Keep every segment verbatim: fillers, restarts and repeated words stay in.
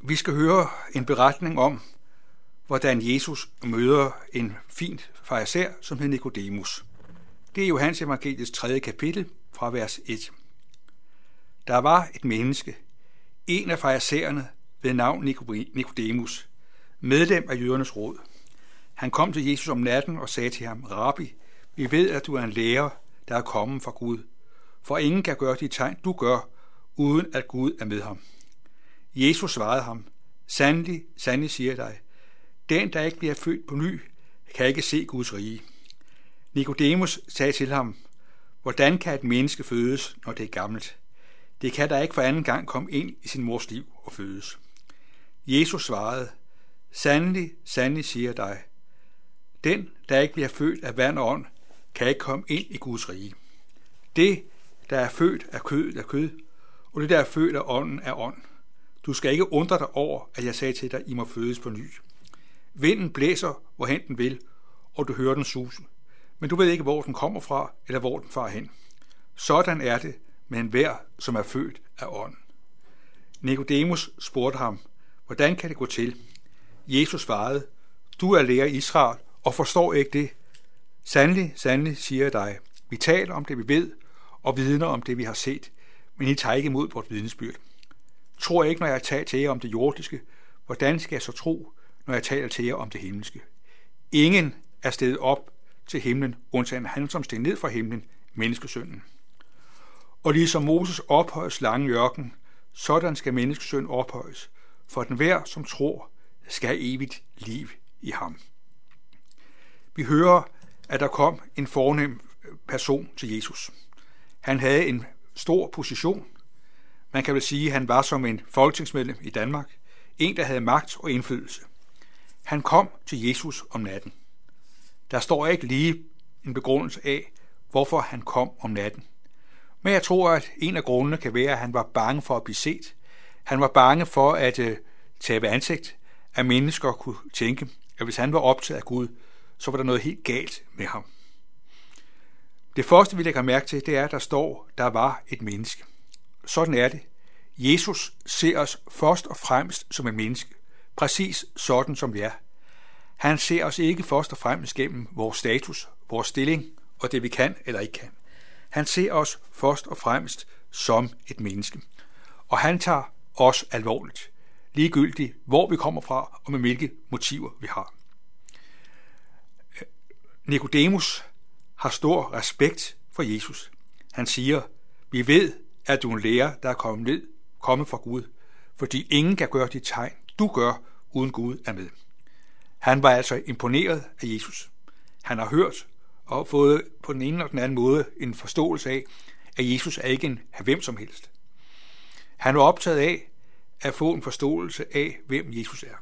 Vi skal høre en beretning om, hvordan Jesus møder en fint farisæer, som hedder Nikodemus. Det er Johannes evangeliets tredje kapitel fra vers et. Der var et menneske, en af farisæerne ved navn Nikodemus, medlem af jødernes råd. Han kom til Jesus om natten og sagde til ham: Rabbi, vi ved, at du er en lærer, der er kommet fra Gud, for ingen kan gøre de tegn, du gør, uden at Gud er med ham. Jesus svarede ham: Sandelig, sandelig siger jeg dig, den, der ikke bliver født på ny, kan ikke se Guds rige. Nikodemus sagde til ham: Hvordan kan et menneske fødes, når det er gammelt? Det kan der ikke for anden gang komme ind i sin mors liv og fødes. Jesus svarede: Sandelig, sandelig siger jeg dig, den, der ikke bliver født af vand og ånd, kan ikke komme ind i Guds rige. Det, der er født af kød, er kød, og det, der er født af ånden, er ånd. Du skal ikke undre dig over, at jeg sagde til dig, I må fødes på ny. Vinden blæser, hvorhen den vil, og du hører den suse, men du ved ikke, hvor den kommer fra, eller hvor den farer hen. Sådan er det med enhver, som er født af ånd. Nikodemus spurgte ham: Hvordan kan det gå til? Jesus svarede: Du er lærer i Israel og forstår ikke det. Sandelig, sandelig siger jeg dig, vi taler om det, vi ved, og vidner om det, vi har set, men I tager ikke imod vort vidnesbyrd. Tror ikke, når jeg taler til jer om det jordiske, hvordan skal jeg så tro, når jeg taler til jer om det himmelske? Ingen er steget op til himlen, undtagen han, som steg ned fra himlen, menneskesønnen. Og ligesom Moses ophøjes lange i ørkenen, sådan skal menneskesønnen ophøjes, for den hver, som tror, skal have evigt liv i ham. Vi hører, at der kom en fornem person til Jesus. Han havde en stor position. Man kan vel sige, at han var som en folketingsmedlem i Danmark, en, der havde magt og indflydelse. Han kom til Jesus om natten. Der står ikke lige en begrundelse af, hvorfor han kom om natten. Men jeg tror, at en af grundene kan være, at han var bange for at blive set. Han var bange for at uh, tabe ansigt, at mennesker kunne tænke, at hvis han var optaget af Gud, så var der noget helt galt med ham. Det første, vi lægger mærke til, det er, at der står, der var et menneske. Sådan er det. Jesus ser os først og fremmest som et menneske, præcis sådan som vi er. Han ser os ikke først og fremmest gennem vores status, vores stilling og det, vi kan eller ikke kan. Han ser os først og fremmest som et menneske. Og han tager os alvorligt, ligegyldigt hvor vi kommer fra og med hvilke motiver vi har. Nikodemus har stor respekt for Jesus. Han siger: Vi ved, at du er en lærer, der er kommet ned, kommet fra Gud, fordi ingen kan gøre de tegn, du gør, uden Gud er med. Han var altså imponeret af Jesus. Han har hørt og fået på den ene og den anden måde en forståelse af, at Jesus er ikke en hvem som helst. Han var optaget af at få en forståelse af, hvem Jesus er.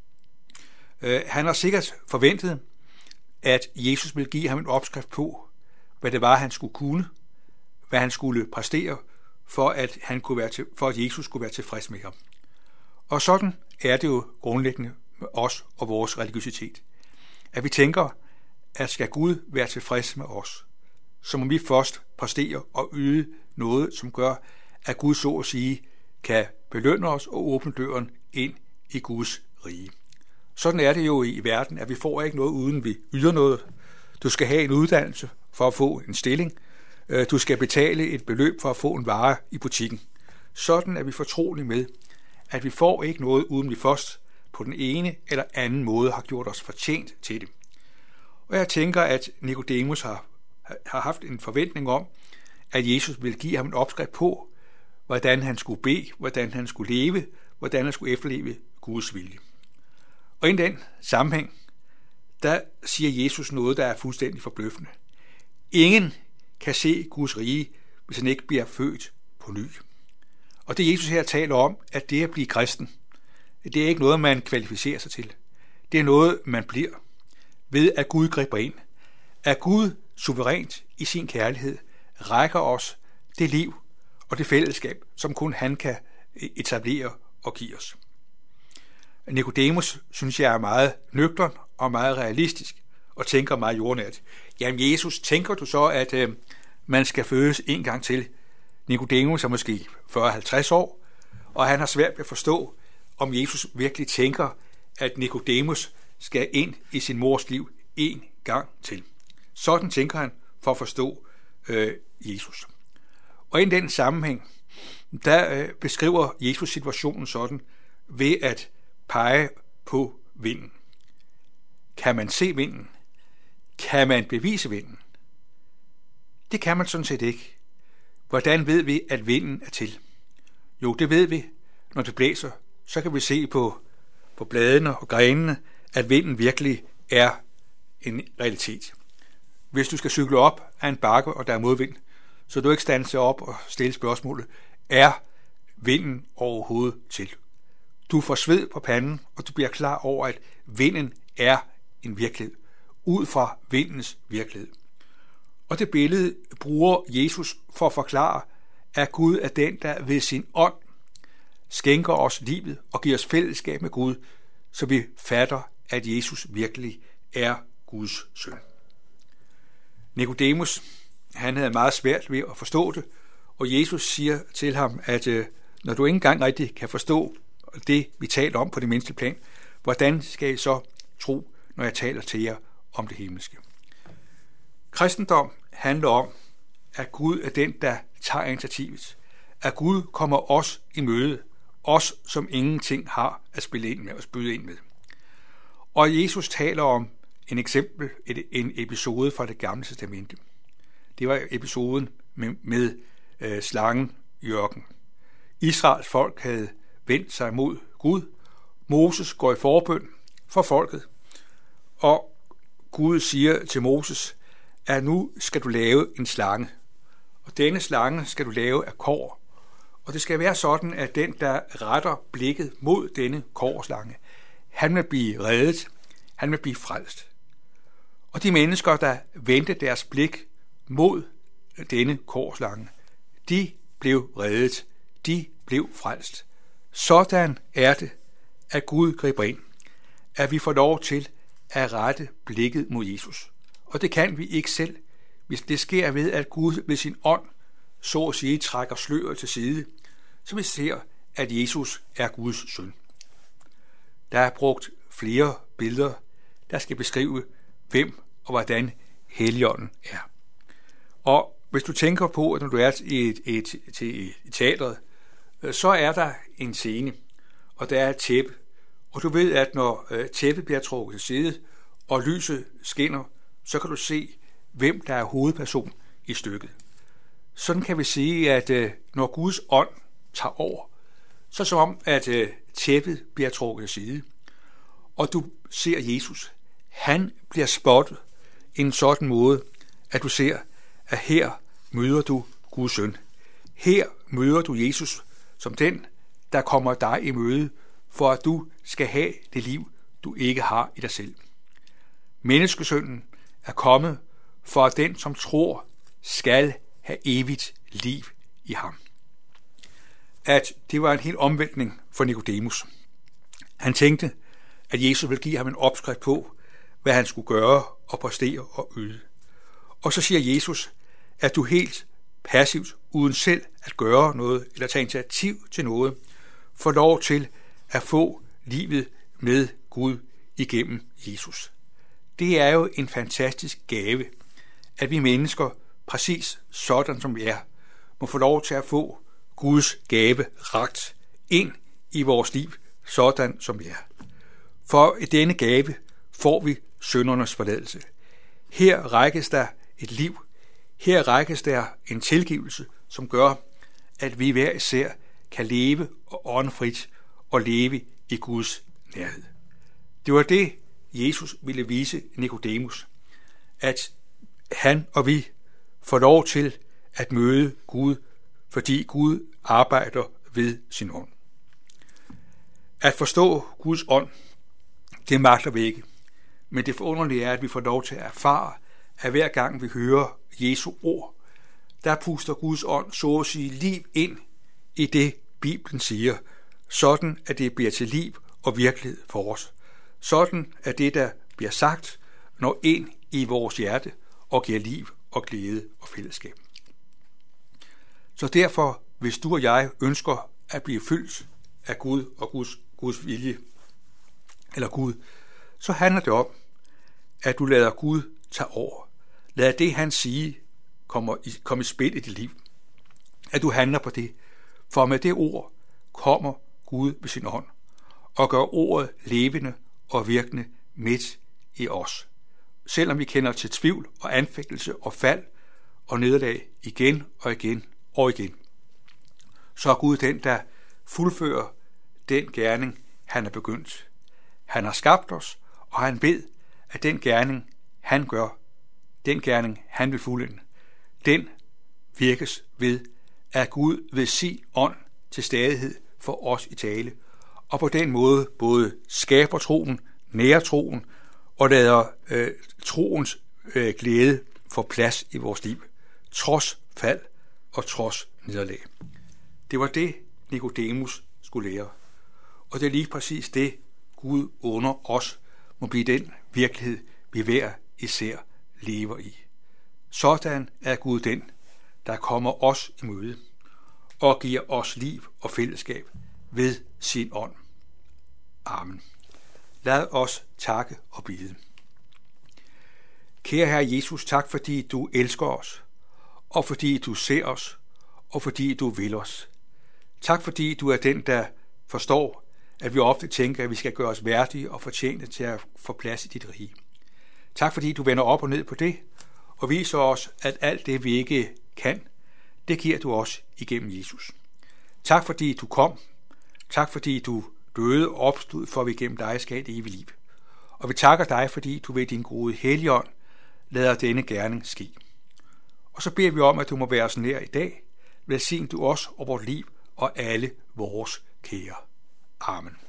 Han har sikkert forventet, at Jesus ville give ham en opskrift på, hvad det var, han skulle kunne, hvad han skulle præstere, for at, han kunne være til, for at Jesus skulle være tilfreds med ham. Og sådan er det jo grundlæggende med os og vores religiøsitet. At vi tænker, at skal Gud være tilfreds med os, så må vi først præstere og yde noget, som gør, at Gud så at sige kan belønne os og åbne døren ind i Guds rige. Sådan er det jo i verden, at vi får ikke noget, uden vi yder noget. Du skal have en uddannelse for at få en stilling. Du skal betale et beløb for at få en vare i butikken. Sådan er vi fortrolige med, at vi får ikke noget, uden vi først på den ene eller anden måde har gjort os fortjent til det. Og jeg tænker, at Nikodemus har, har haft en forventning om, at Jesus ville give ham en opskrift på, hvordan han skulle bede, hvordan han skulle leve, hvordan han skulle efterleve Guds vilje. Og i den sammenhæng, der siger Jesus noget, der er fuldstændig forbløffende. Ingen kan se Guds rige, hvis han ikke bliver født på ny. Og det Jesus her taler om, at det at blive kristen, det er ikke noget, man kvalificerer sig til. Det er noget, man bliver ved, at Gud griber ind. At Gud suverænt i sin kærlighed rækker os det liv og det fællesskab, som kun han kan etablere og give os. Nikodemus synes jeg er meget nøgtern og meget realistisk og tænker meget jordnært. Jamen Jesus, tænker du så, at øh, man skal fødes en gang til? Nikodemus er måske fyrre til halvtreds år, og han har svært ved at forstå, om Jesus virkelig tænker, at Nikodemus skal ind i sin mors liv en gang til. Sådan tænker han for at forstå øh, Jesus. Og i den sammenhæng, der øh, beskriver Jesus situationen sådan ved at pege på vinden. Kan man se vinden? Kan man bevise vinden? Det kan man sådan set ikke. Hvordan ved vi, at vinden er til? Jo, det ved vi, når det blæser. Så kan vi se på, på bladene og grenene, at vinden virkelig er en realitet. Hvis du skal cykle op af en bakke, og der er modvind, så du ikke standser op og stille spørgsmålet, er vinden overhovedet til? Du får sved på panden, og du bliver klar over, at vinden er en virkelighed, ud fra vindens virkelighed. Og det billede bruger Jesus for at forklare, at Gud er den, der ved sin ånd skænker os livet og giver os fællesskab med Gud, så vi fatter, at Jesus virkelig er Guds søn. Nikodemus, han havde meget svært ved at forstå det, og Jesus siger til ham, at øh, når du ikke engang rigtig kan forstå det, vi taler om på det mindste plan, hvordan skal I så tro, når jeg taler til jer om det himmelske? Kristendom handler om, at Gud er den, der tager initiativet. At Gud kommer os i møde, os som ingenting har at spille ind med og spyde ind med. Og Jesus taler om en eksempel, en episode fra det gamle testamente. Det var episoden med, med øh, slangen i ørkenen. Israels folk havde vendt sig mod Gud. Moses går i forbøn for folket, og Gud siger til Moses, at nu skal du lave en slange. Og denne slange skal du lave af kår. Og det skal være sådan, at den, der retter blikket mod denne kårslange, han vil blive reddet, han vil blive frelst. Og de mennesker, der vendte deres blik mod denne kårslange, de blev reddet, de blev frelst. Sådan er det, at Gud griber ind, at vi får lov til at rette blikket mod Jesus. Og det kan vi ikke selv, hvis det sker ved, at Gud ved sin ånd, så at sige, trækker sløret til side, så vi ser, at Jesus er Guds søn. Der er brugt flere billeder, der skal beskrive, hvem og hvordan Helligånden er. Og hvis du tænker på, at når du er i et, et, til et teatret, så er der en scene, og der er et tæppe. Og du ved, at når tæppet bliver trukket til side, og lyset skinner, så kan du se, hvem der er hovedperson i stykket. Sådan kan vi sige, at når Guds ånd tager over, så som om, at tæppet bliver trukket til side, og du ser Jesus. Han bliver spottet i en sådan måde, at du ser, at her møder du Guds søn. Her møder du Jesus som den, der kommer dig i møde, for at du skal have det liv, du ikke har i dig selv. Menneskesønnen er kommet for at den, som tror, skal have evigt liv i ham. At det var en helt omvæltning for Nikodemus. Han tænkte, at Jesus ville give ham en opskrift på, hvad han skulle gøre og præstere og yde. Og så siger Jesus, at du helt passivt, uden selv at gøre noget eller tage initiativ til noget, får lov til at få livet med Gud igennem Jesus. Det er jo en fantastisk gave, at vi mennesker, præcis sådan som vi er, må få lov til at få Guds gave rakt ind i vores liv, sådan som vi er. For i denne gave får vi syndernes forladelse. Her rækkes der et liv. Her rækkes der en tilgivelse, som gør, at vi hver især kan leve og åndfrit og leve i Guds nærhed. Det var det, Jesus ville vise Nikodemus, at han og vi får lov til at møde Gud, fordi Gud arbejder ved sin ånd. At forstå Guds ånd, det magter vi ikke. Men det forunderlige er, at vi får lov til at erfare, at hver gang vi hører Jesu ord, der puster Guds ånd så at sige liv ind i det, Bibelen siger, sådan at det bliver til liv og virkelighed for os. Sådan at det, der bliver sagt, når ind i vores hjerte og giver liv og glæde og fællesskab. Så derfor, hvis du og jeg ønsker at blive fyldt af Gud og Guds Guds vilje, eller Gud, så handler det om, at du lader Gud tage over. Lad det, han siger, komme i, komme i spil i dit liv. At du handler på det. For med det ord kommer Gud ved sin ånd, og gør ordet levende og virkende midt i os. Selvom vi kender til tvivl og anfægtelse og fald og nederlag igen og igen og igen, så er Gud den, der fuldfører den gerning, han har begyndt. Han har skabt os, og han ved, at den gerning, han gør, den gerning, han vil fuldende, den virkes ved, at Gud ved sin ånd til stadighed for os i tale, og på den måde både skaber troen, nærer troen, og lader øh, troens øh, glæde få plads i vores liv, trods fald og trods nederlag. Det var det, Nikodemus skulle lære. Og det er lige præcis det, Gud under os må blive den virkelighed, vi hver især lever i. Sådan er Gud den, der kommer os i møde og giver os liv og fællesskab ved sin ånd. Amen. Lad os takke og bede. Kære Herre Jesus, tak fordi du elsker os, og fordi du ser os, og fordi du vil os. Tak fordi du er den, der forstår, at vi ofte tænker, at vi skal gøre os værdige og fortjente til at få plads i dit rige. Tak fordi du vender op og ned på det, og viser os, at alt det, vi ikke kan, det giver du os igennem Jesus. Tak fordi du kom. Tak fordi du døde og opstod, for at vi gennem dig skal et evigt liv. Og vi takker dig, fordi du ved din gode Helligånd lader denne gerning ske. Og så beder vi om, at du må være os nær i dag. Velsign du os og vort liv og alle vores kære. Amen.